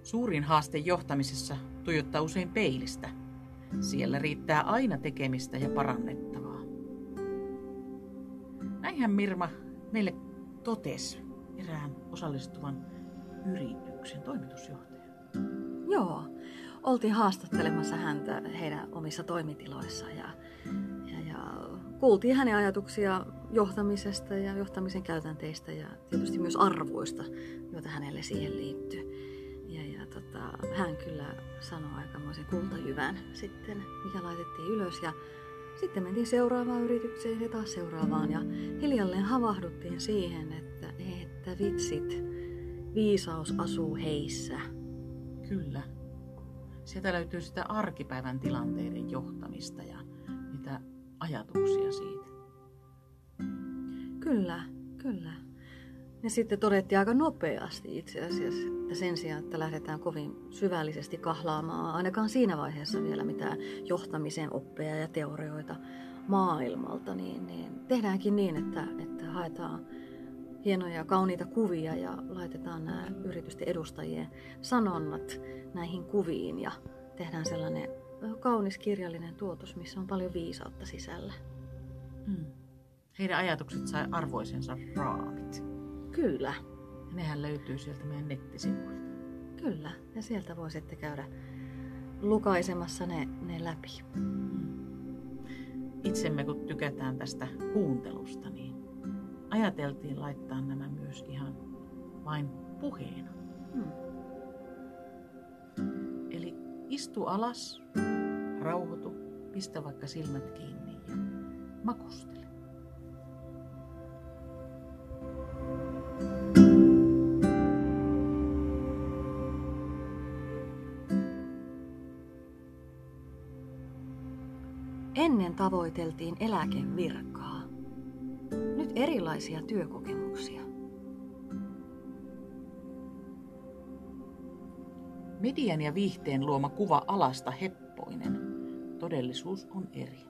Suurin haaste johtamisessa tuijottaa usein peilistä. Siellä riittää aina tekemistä ja parannettavaa. Näinhän Mirma meille totesi erään osallistuvan yrityksen toimitusjohtaja. Joo, oltiin haastattelemassa häntä heidän omissa toimitiloissaan ja kuultiin hänen ajatuksia johtamisesta ja johtamisen käytänteistä ja tietysti myös arvoista, joita hänelle siihen liittyy. Hän kyllä sanoi aikamoisen kultajyvän sitten, mikä laitettiin ylös ja sitten mentiin seuraavaan yritykseen ja taas seuraavaan ja hiljalleen havahduttiin siihen, että vitsit, viisaus asuu heissä. Kyllä. Sieltä löytyy sitä arkipäivän tilanteiden johtamista ja niitä ajatuksia siitä. Kyllä. Ja sitten todettiin aika nopeasti itse asiassa, että sen sijaan, että lähdetään kovin syvällisesti kahlaamaan, ainakaan siinä vaiheessa vielä mitään johtamisen oppeja ja teorioita maailmalta, niin tehdäänkin niin, että haetaan hienoja kauniita kuvia ja laitetaan nämä yritysten edustajien sanonnat näihin kuviin ja tehdään sellainen kaunis kirjallinen tuotos, missä on paljon viisautta sisällä. Heidän ajatukset sai arvoisensa raamit. Kyllä. Ja nehän löytyy sieltä meidän nettisivuilta. Kyllä, ja sieltä voi sitten käydä lukaisemassa ne läpi. Itsemme kun tykätään tästä kuuntelusta, niin ajateltiin laittaa nämä myös ihan vain puheena. Eli istu alas, rauhoitu, pistä vaikka silmät kiinni ja makustele. Ennen tavoiteltiin eläkevirkaa. Nyt erilaisia työkokemuksia. Median ja viihteen luoma kuva alasta heppoinen. Todellisuus on eri.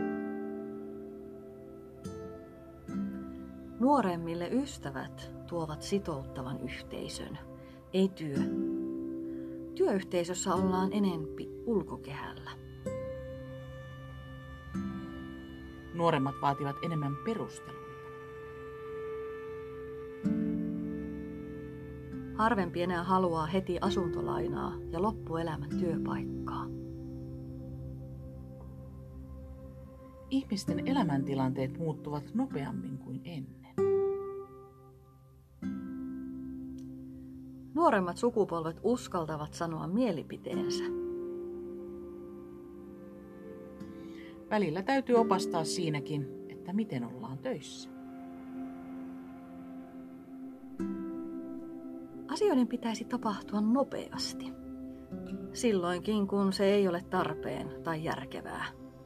Nuoremmille ystävät tuovat sitouttavan yhteisön, ei työ. Työyhteisössä ollaan enempi ulkokehällä. Nuoremmat vaativat enemmän perusteluita. Harvempi enää haluaa heti asuntolainaa ja loppuelämän työpaikkaa. Ihmisten elämäntilanteet muuttuvat nopeammin kuin ennen. Nuoremmat sukupolvet uskaltavat sanoa mielipiteensä. Välillä täytyy opastaa siinäkin, että miten ollaan töissä. Asioiden pitäisi tapahtua nopeasti. Silloinkin, kun se ei ole tarpeen tai järkevää.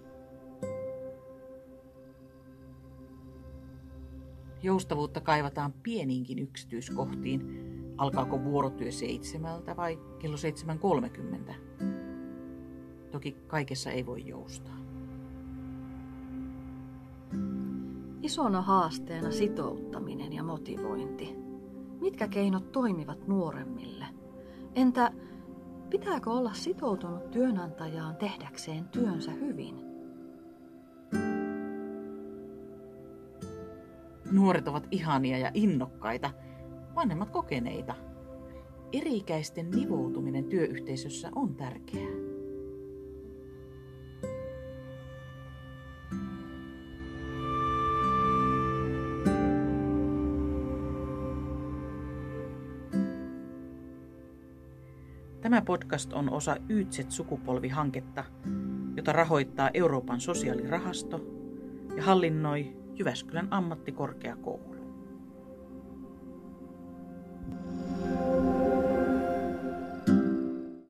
Joustavuutta kaivataan pieniinkin yksityiskohtiin. Alkaako vuorotyö 7 vai kello 7.30? Toki kaikessa ei voi joustaa. Isona haasteena sitouttaminen ja motivointi. Mitkä keinot toimivat nuoremmille? Entä pitääkö olla sitoutunut työnantajaan tehdäkseen työnsä hyvin? Nuoret ovat ihania ja innokkaita, vanhemmat kokeneita. Eri-ikäisten nivoutuminen työyhteisössä on tärkeää. Tämä podcast on osa YTSET-sukupolvihanketta, jota rahoittaa Euroopan sosiaalirahasto ja hallinnoi Jyväskylän ammattikorkeakoulu.